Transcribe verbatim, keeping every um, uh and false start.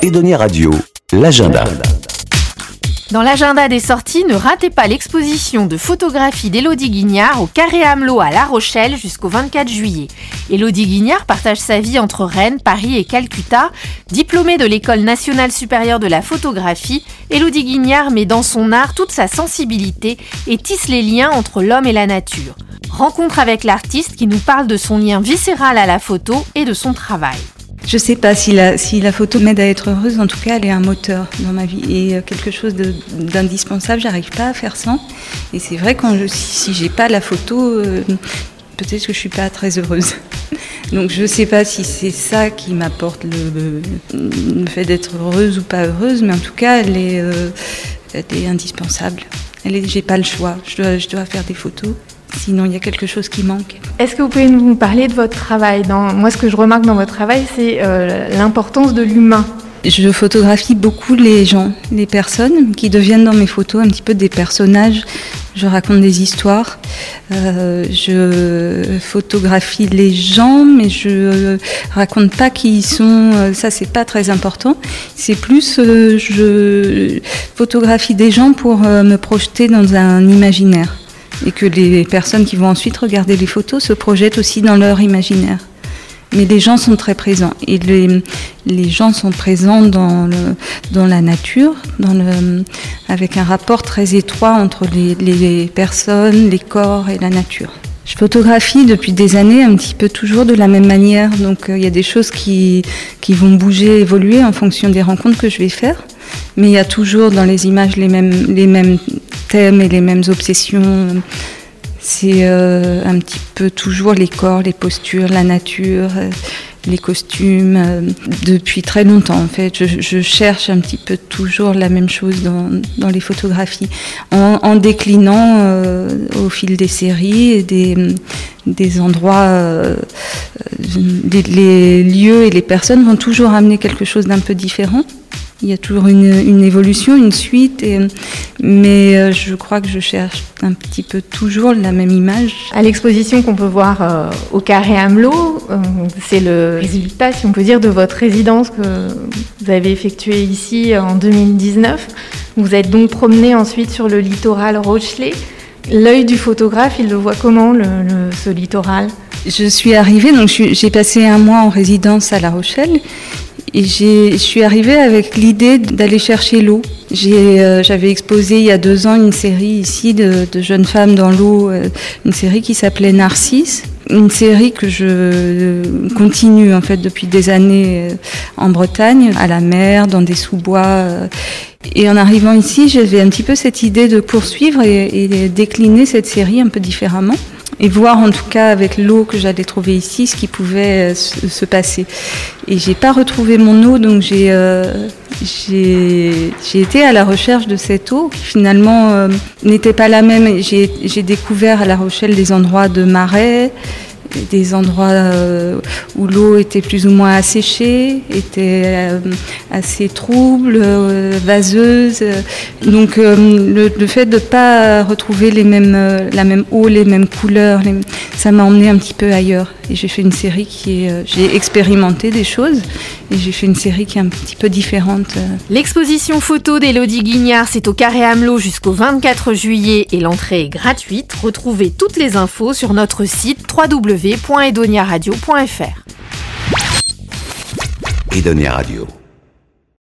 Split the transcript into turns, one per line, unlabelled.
Edonia Radio, l'agenda.
Dans l'agenda des sorties, ne ratez pas l'exposition de photographie d'Élodie Guignard au Carré Amelot à La Rochelle jusqu'au vingt-quatre juillet. Élodie Guignard partage sa vie entre Rennes, Paris et Calcutta. Diplômée de l'École nationale supérieure de la photographie, Élodie Guignard met dans son art toute sa sensibilité et tisse les liens entre l'homme et la nature. Rencontre avec l'artiste qui nous parle de son lien viscéral à la photo et de son travail.
Je sais pas si la, si la photo m'aide à être heureuse, en tout cas elle est un moteur dans ma vie et quelque chose de, d'indispensable, j'arrive pas à faire sans. Et c'est vrai quand je, si, si j'ai pas la photo, euh, peut-être que je suis pas très heureuse. Donc je sais pas si c'est ça qui m'apporte le, le fait d'être heureuse ou pas heureuse, mais en tout cas elle est, euh, elle est indispensable. Elle est, j'ai pas le choix, je dois, je dois faire des photos. Sinon, il y a quelque chose qui manque.
Est-ce que vous pouvez nous parler de votre travail ? Dans... Moi, ce que je remarque dans votre travail, c'est euh, l'importance de l'humain.
Je photographie beaucoup les gens, les personnes qui deviennent dans mes photos un petit peu des personnages. Je raconte des histoires. Euh, je photographie les gens, mais je raconte pas qui ils sont. Ça, c'est pas très important. C'est plus, euh, je photographie des gens pour euh, me projeter dans un imaginaire. Et que les personnes qui vont ensuite regarder les photos se projettent aussi dans leur imaginaire. Mais les gens sont très présents. Et les, les gens sont présents dans, le, dans la nature, dans le, avec un rapport très étroit entre les, les personnes, les corps et la nature. Je photographie depuis des années un petit peu toujours de la même manière. Donc il euh, y a des choses qui, qui vont bouger, évoluer en fonction des rencontres que je vais faire. Mais il y a toujours dans les images les mêmes, les mêmes thèmes et les mêmes obsessions. C'est euh, un petit peu toujours les corps, les postures, la nature, euh, les costumes. Euh, depuis très longtemps, en fait, je, je cherche un petit peu toujours la même chose dans, dans les photographies, en, en déclinant euh, au fil des séries et des, des endroits. Euh, les, les lieux et les personnes vont toujours amener quelque chose d'un peu différent. Il y a toujours une, une évolution, une suite, et, mais je crois que je cherche un petit peu toujours la même image.
À l'exposition qu'on peut voir euh, au Carré Amelot, euh, c'est le résultat, si on peut dire, de votre résidence que vous avez effectuée ici en deux mille dix-neuf. Vous êtes donc promené ensuite sur le littoral rochelais. L'œil du photographe, il le voit comment, le, le, ce littoral ?
Je suis arrivée, donc je suis, j'ai passé un mois en résidence à La Rochelle. Et j'ai, je suis arrivée avec l'idée d'aller chercher l'eau. J'ai, euh, j'avais exposé il y a deux ans une série ici de, de jeunes femmes dans l'eau, euh, une série qui s'appelait Narcisse. Une série que je euh, continue en fait depuis des années euh, en Bretagne, à la mer, dans des sous-bois. Euh, et en arrivant ici, j'avais un petit peu cette idée de poursuivre et, et décliner cette série un peu différemment. Et voir en tout cas avec l'eau que j'allais trouver ici ce qui pouvait euh, se, se passer. Et j'ai pas retrouvé mon eau, donc j'ai, euh, j'ai, j'ai été à la recherche de cette eau qui finalement euh, n'était pas la même. J'ai, j'ai découvert à La Rochelle des endroits de marais, des endroits euh, où l'eau était plus ou moins asséchée, était euh, assez trouble, euh, vaseuse. Donc euh, le, le fait de ne pas retrouver les mêmes, euh, la même eau, les mêmes couleurs, les, ça m'a emmené un petit peu ailleurs. Et j'ai fait une série qui est... Euh, j'ai expérimenté des choses et j'ai fait une série qui est un petit peu différente.
L'exposition photo d'Élodie Guignard, c'est au Carré Amelot jusqu'au vingt-quatre juillet et l'entrée est gratuite. Retrouvez toutes les infos sur notre site w w w point edonia radio point f r.
Edonia Radio.